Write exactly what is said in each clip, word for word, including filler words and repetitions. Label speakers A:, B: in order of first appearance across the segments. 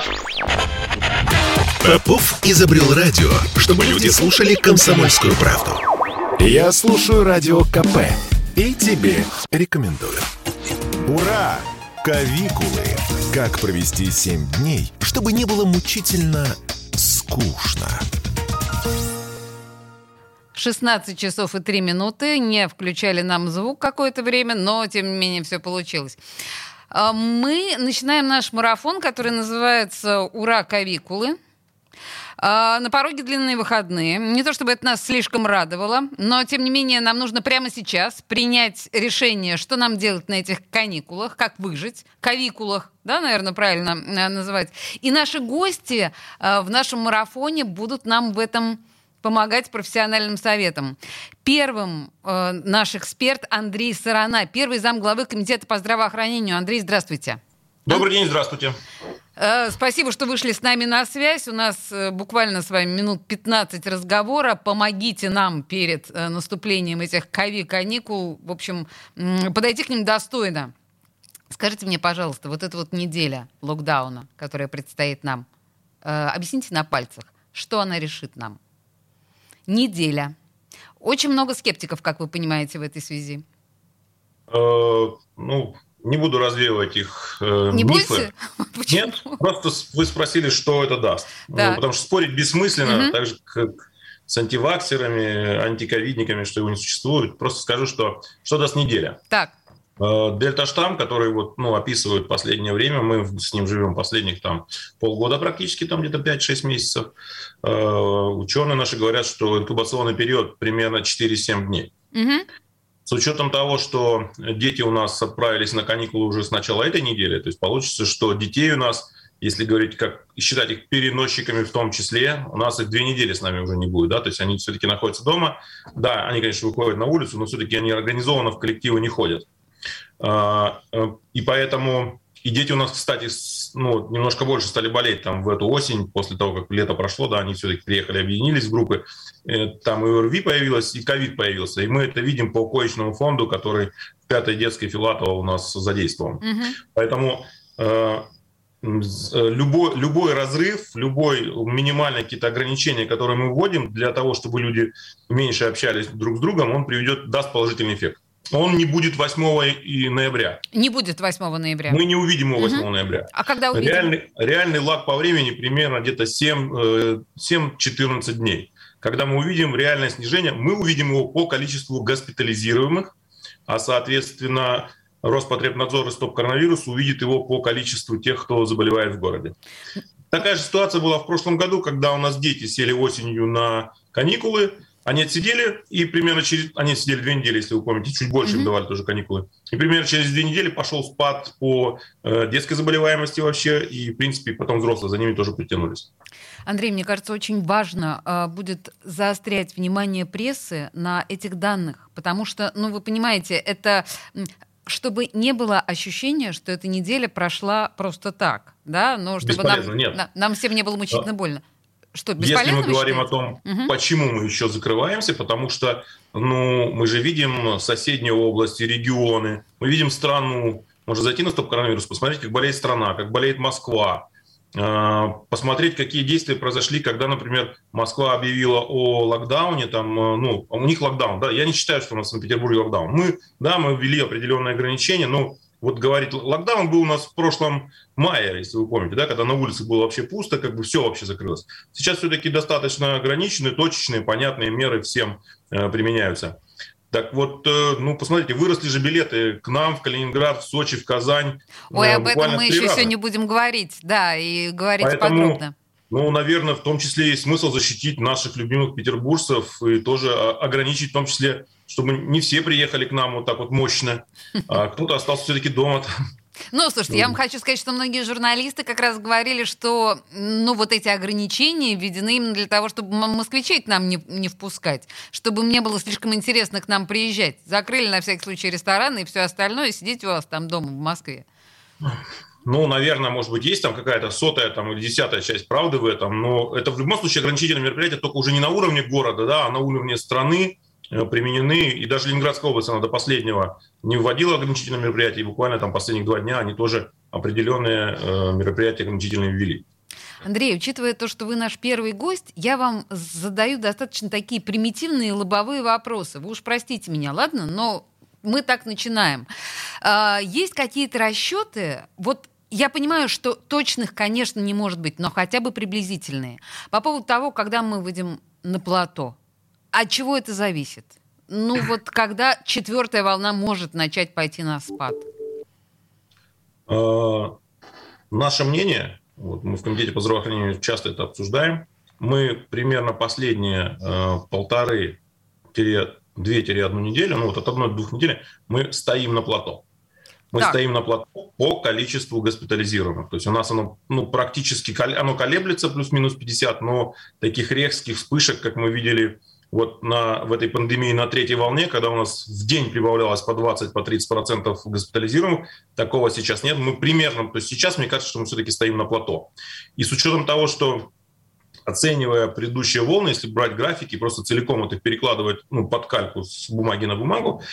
A: Попов изобрел радио, чтобы люди слушали «Комсомольскую правду». Я слушаю Радио КП и тебе рекомендую. Ура! Кавикулы! Как провести семь дней, чтобы не было мучительно скучно.
B: шестнадцать часов и три минуты. Не включали нам звук какое-то время, но, тем не менее, все получилось. Мы начинаем наш марафон, который называется «Ура, кавикулы!». На пороге длинные выходные. Не то чтобы это нас слишком радовало, но, тем не менее, нам нужно прямо сейчас принять решение, что нам делать на этих каникулах, как выжить, кавикулах, да, наверное, правильно называть. И наши гости в нашем марафоне будут нам в этом помогать профессиональным советом. Первым э, наш эксперт Андрей Сарана, первый замглавы комитета по здравоохранению. Андрей, здравствуйте.
C: Добрый день, здравствуйте.
B: Э, спасибо, что вышли с нами на связь. У нас э, буквально с вами минут пятнадцать разговора. Помогите нам перед э, наступлением этих ковид-каникул, в общем, э, подойти к ним достойно. Скажите мне, пожалуйста, вот эта вот неделя локдауна, которая предстоит нам, э, объясните на пальцах, что она решит нам? Неделя. Очень много скептиков, как вы понимаете, в этой связи.
C: Э, ну, не буду развеивать их э,
B: не
C: мифы.
B: Будете?
C: Нет, просто вы спросили, что это даст.
B: Да.
C: Потому что спорить бессмысленно,
B: угу.
C: так же, как с антиваксерами, антиковидниками, что его не существует. Просто скажу, что, что даст неделя.
B: Так.
C: Дельта-штамм, который вот, ну, описывают в последнее время, мы с ним живем последних там, полгода практически, там где-то пять-шесть месяцев. Ученые наши говорят, что инкубационный период примерно четыре-семь дней.
B: Угу.
C: С учетом того, что дети у нас отправились на каникулы уже с начала этой недели, то есть получится, что детей у нас, если говорить, как считать их переносчиками в том числе, у нас их две недели с нами уже не будет, да, то есть они все-таки находятся дома. Да, они, конечно, выходят на улицу, но все-таки они организованно в коллективы не ходят. И поэтому и дети у нас, кстати, ну, немножко больше стали болеть там в эту осень, после того, как лето прошло, да, они все-таки приехали, объединились в группы, там и ОРВИ появилась, и ковид появился, и мы это видим по коечному фонду, который в пятой детской Филатова у нас задействован. Угу. Поэтому э, любой, любой разрыв, любой минимальные какие-то ограничения, которые мы вводим для того, чтобы люди меньше общались друг с другом, он приведет, даст положительный эффект. Он не будет восьмого ноября.
B: Не будет восьмого ноября.
C: Мы не увидим его восьмого угу. ноября.
B: А когда увидим?
C: Реальный, реальный лаг по времени примерно где-то семь-четырнадцать дней. Когда мы увидим реальное снижение, мы увидим его по количеству госпитализируемых, а, соответственно, Роспотребнадзор и Стоп-коронавирус увидит его по количеству тех, кто заболевает в городе. Такая же ситуация была в прошлом году, когда у нас дети сели осенью на каникулы. Они отсидели, и примерно через... Они сидели две недели, если вы помните, чуть больше mm-hmm. им давали тоже каникулы. И примерно через две недели пошел спад по э, детской заболеваемости вообще, и, в принципе, потом взрослые за ними тоже притянулись.
B: Андрей, мне кажется, очень важно э, будет заострять внимание прессы на этих данных, потому что, ну, вы понимаете, это... чтобы не было ощущения, что эта неделя прошла просто так, да? Но чтобы нам,
C: нет.
B: На, нам всем не было мучительно да. больно. Что,
C: если мы говорим о том, угу. почему мы еще закрываемся, потому что ну, мы же видим соседние области, регионы, мы видим страну, можно зайти на Стоп-коронавирус, посмотреть, как болеет страна, как болеет Москва, посмотреть, какие действия произошли, когда, например, Москва объявила о локдауне, там, ну, у них локдаун, да, я не считаю, что у нас в Санкт-Петербурге локдаун. Мы, да, мы ввели определенные ограничения, но вот говорить, локдаун был у нас в прошлом мае, если вы помните, да, когда на улице было вообще пусто, как бы все вообще закрылось. Сейчас все-таки достаточно ограниченные, точечные, понятные меры всем э, применяются. Так вот, э, ну, посмотрите, выросли же билеты к нам в Калининград, в Сочи, в Казань.
B: Ой,
C: э,
B: об этом мы еще
C: раза.
B: сегодня будем говорить, да, и говорить
C: Поэтому,
B: подробно.
C: Ну, наверное, в том числе есть смысл защитить наших любимых петербуржцев и тоже ограничить, в том числе, чтобы не все приехали к нам вот так вот мощно, а кто-то остался все-таки дома.
B: Ну, слушайте, я вам хочу сказать, что многие журналисты как раз говорили, что ну, вот эти ограничения введены именно для того, чтобы москвичей к нам не, не впускать, чтобы им не было слишком интересно к нам приезжать. Закрыли на всякий случай рестораны и все остальное, и сидите у вас там дома в Москве.
C: Ну, наверное, может быть, есть там какая-то сотая там, или десятая часть правды в этом, но это в любом случае ограничительное мероприятие, только уже не на уровне города, да, а на уровне страны применены, и даже Ленинградская область, она до последнего не вводила ограничительные мероприятия, и буквально там последних два дня они тоже определенные э, мероприятия ограничительные ввели.
B: Андрей, учитывая то, что вы наш первый гость, я вам задаю достаточно такие примитивные лобовые вопросы. Вы уж простите меня, ладно? Но мы так начинаем. Есть какие-то расчеты? Вот я понимаю, что точных, конечно, не может быть, но хотя бы приблизительные. По поводу того, когда мы выйдем на плато. От чего это зависит? Ну вот когда четвертая волна может начать пойти на спад?
C: Наше мнение, вот мы в Комитете по здравоохранению часто это обсуждаем, мы примерно последние э, полторы-две-одну неделю, ну вот от одной до двух недель, мы стоим на плато. Мы так. стоим на плато по количеству госпитализированных. То есть у нас оно ну, практически оно колеблется плюс-минус пятьдесят, но таких резких вспышек, как мы видели вот на, в этой пандемии на третьей волне, когда у нас в день прибавлялось по двадцать, по тридцать процентов госпитализируемых, такого сейчас нет. Мы примерно, то есть сейчас, мне кажется, что мы все-таки стоим на плато. И с учетом того, что оценивая предыдущие волны, если брать графики, просто целиком вот их перекладывать ну, под кальку с бумаги на бумагу,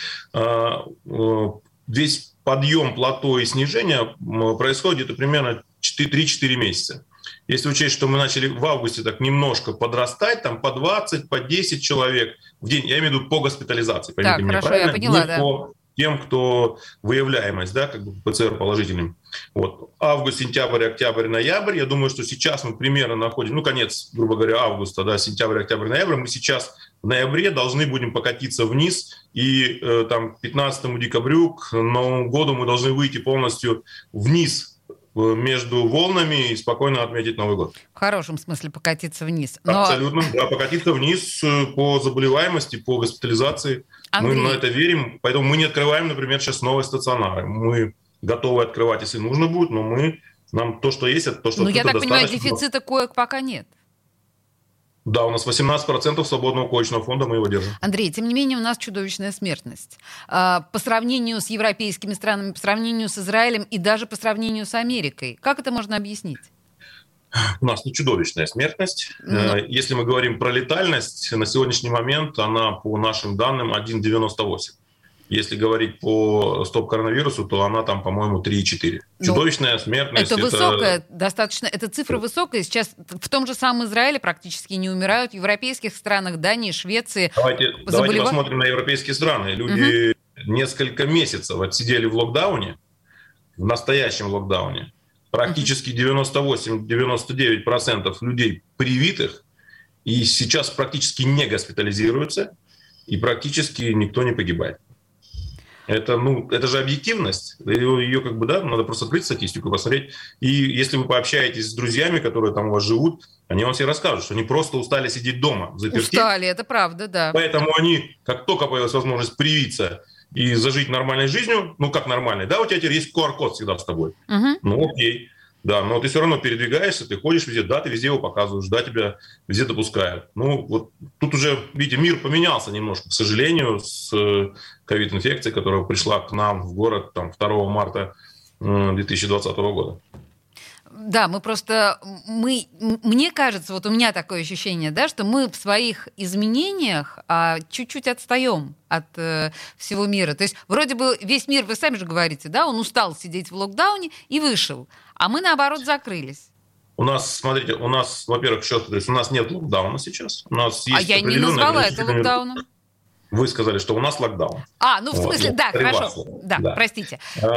C: весь подъем плато и снижение происходит где-то примерно три-четыре месяца. Если учесть, что мы начали в августе так немножко подрастать, там по двадцать, по десять человек в день, я имею в виду по госпитализации, поймите
B: так,
C: меня
B: хорошо,
C: правильно,
B: я поняла,
C: не
B: да.
C: по тем, кто выявляемость, да, как бы ПЦР положительным. Вот. Август, сентябрь, октябрь, ноябрь, я думаю, что сейчас мы примерно находим, ну, конец, грубо говоря, августа, да, сентябрь, октябрь, ноябрь, мы сейчас в ноябре должны будем покатиться вниз, и э, там к пятнадцатому декабрю, к Новому году мы должны выйти полностью вниз между волнами и спокойно отметить Новый год.
B: В хорошем смысле покатиться вниз. Но...
C: Абсолютно, да, покатиться вниз по заболеваемости, по госпитализации.
B: Андрей...
C: Мы на это верим, поэтому мы не открываем, например, сейчас новые стационары. Мы готовы открывать, если нужно будет, но мы, нам то, что есть, это то, что...
B: Ну, я так
C: достаточно.
B: понимаю, дефицита коек пока нет.
C: Да, у нас восемнадцать процентов свободного коечного фонда, мы его держим.
B: Андрей, тем не менее, у нас чудовищная смертность. По сравнению с европейскими странами, по сравнению с Израилем и даже по сравнению с Америкой. Как это можно объяснить?
C: У нас не чудовищная смертность.
B: Ну...
C: Если мы говорим про летальность, на сегодняшний момент она, по нашим данным, один целых девяносто восемь. Если говорить по стоп-коронавирусу, то она там, по-моему, три целых четыре. Ну, чудовищная смертность.
B: Это высокая, это... достаточно, эта цифра высокая. Сейчас в том же самом Израиле практически не умирают. В европейских странах, Дании, Швеции.
C: Давайте, давайте посмотрим на европейские страны. Люди угу. несколько месяцев отсидели в локдауне, в настоящем локдауне. Практически девяносто восемь - девяносто девять процентов людей привитых, и сейчас практически не госпитализируются, и практически никто не погибает. Это, ну, это же объективность. Ее, ее как бы, да, надо просто открыть статистику, посмотреть. И если вы пообщаетесь с друзьями, которые там у вас живут, они вам все расскажут, что они просто устали сидеть дома, заперти.
B: Устали, это правда, да.
C: Поэтому они, как только появилась возможность привиться и зажить нормальной жизнью, ну, как нормальной, да, у тебя теперь есть ку ар код всегда с тобой.
B: Угу.
C: Ну, окей. Да, но ты все равно передвигаешься, ты ходишь везде, да, ты везде его показываешь, да, тебя везде допускают. Ну, вот тут уже, видите, мир поменялся немножко, к сожалению, с ковид-инфекцией, которая пришла к нам в город там, второго марта две тысячи двадцатого года.
B: Да, мы просто, мы, мне кажется, вот у меня такое ощущение, да, что мы в своих изменениях а, чуть-чуть отстаем от э, всего мира. То есть вроде бы весь мир, вы сами же говорите, да, он устал сидеть в локдауне и вышел, а мы, наоборот, закрылись.
C: У нас, смотрите, у нас, во-первых, что, то есть у нас нет локдауна сейчас. У нас есть
B: а я не назвала это локдауном.
C: Вы сказали, что у нас локдаун.
B: А, ну в смысле, вот, да, хорошо. Вас, да, да, простите.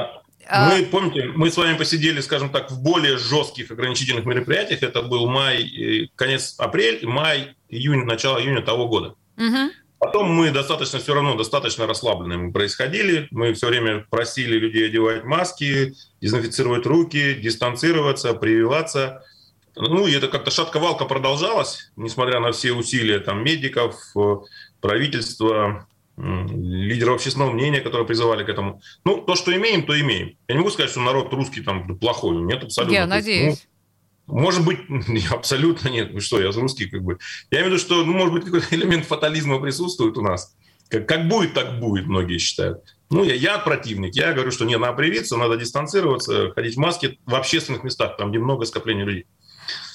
C: Мы, помните, мы с вами посидели, скажем так, в более жестких ограничительных мероприятиях. Это был май, конец апреля, май, июнь, начало июня того года.
B: Угу.
C: Потом мы достаточно, все равно достаточно расслабленными происходили. Мы все время просили людей одевать маски, дезинфицировать руки, дистанцироваться, прививаться. Ну, и это как-то шатко-валко продолжалось, несмотря на все усилия там, медиков, правительства, лидеров общественного мнения, которые призывали к этому. Ну, то, что имеем, то имеем. Я не могу сказать, что народ русский там плохой. Нет, абсолютно.
B: Я надеюсь.
C: Ну, может быть, абсолютно нет. Ну что, я русский как бы. Я имею в виду, что, ну, может быть, какой-то элемент фатализма присутствует у нас. Как, как будет, так будет, многие считают. Ну, я, я противник. Я говорю, что не, надо привиться, надо дистанцироваться, ходить в маске в общественных местах, там, где много скопления людей.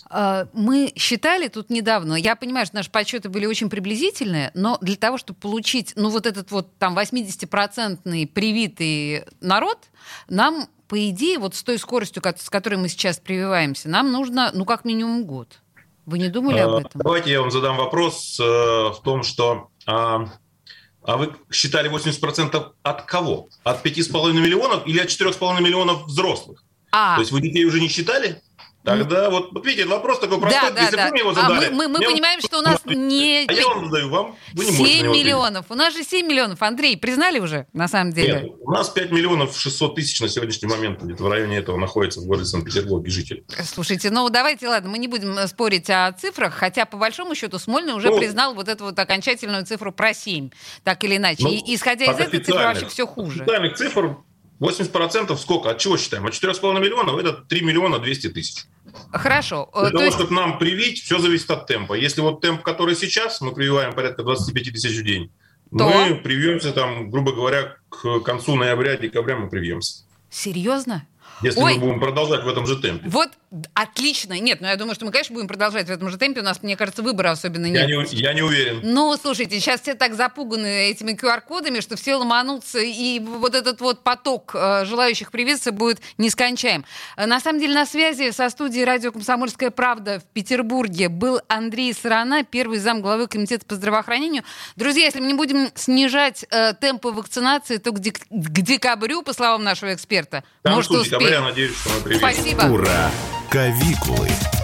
B: Мы считали тут недавно, я понимаю, что наши подсчеты были очень приблизительные, но для того, чтобы получить, ну, вот этот вот там восьмидесятипроцентный привитый народ, нам, по идее, вот с той скоростью, с которой мы сейчас прививаемся, нам нужно, ну, как минимум год. Вы не думали об этом?
C: Давайте я вам задам вопрос в том, что... А вы считали восемьдесят процентов от кого? От пяти с половиной миллионов или от четырёх с половиной миллионов взрослых? А. То есть вы детей уже не считали? Тогда вот, вот видите, вопрос такой простой,
B: да,
C: если
B: да,
C: вы мне его задали.
B: А мы мы, мы понимаем, что у нас не...
C: А я вам задаю, вам, вы не можете
B: семь миллионов. У нас же семь миллионов. Андрей, признали уже, на самом деле?
C: Нет, у нас пять миллионов шестьсот тысяч на сегодняшний момент где-то в районе этого находится в городе Санкт-Петербурге жителей.
B: Слушайте, ну давайте, ладно, мы не будем спорить о цифрах, хотя по большому счету Смольный уже ну, признал вот эту вот окончательную цифру про семь, так или иначе. Ну, И исходя из этой цифры вообще все хуже.
C: Официальных цифр восемьдесят процентов сколько? От чего считаем? От четырёх с половиной миллионов это три миллиона двести тысяч.
B: Хорошо.
C: Для
B: То
C: того,
B: есть...
C: чтобы нам привить, все зависит от темпа. Если вот темп, который сейчас, мы прививаем порядка двадцать пять тысяч в день, то... мы привьемся там, грубо говоря, к концу ноября-декабря мы привьемся.
B: Серьезно?
C: Если
B: Ой,
C: мы будем продолжать в этом же темпе.
B: Вот отлично. Нет, ну я думаю, что мы, конечно, будем продолжать в этом же темпе. У нас, мне кажется, выбора особенно нет.
C: Я не, я не уверен.
B: Ну, слушайте, сейчас все так запуганы этими ку ар-кодами, что все ломанутся, и вот этот вот поток э, желающих привиться будет нескончаем. На самом деле, на связи со студией радио «Комсомольская правда» в Петербурге был Андрей Сорона, первый замглавы комитета по здравоохранению. Друзья, если мы не будем снижать э, темпы вакцинации, то к, дек- к декабрю, по словам нашего эксперта,
C: Там
B: может, успеем.
C: Я надеюсь, что мы приведем.
B: Спасибо.
A: Ура! Кавикулы.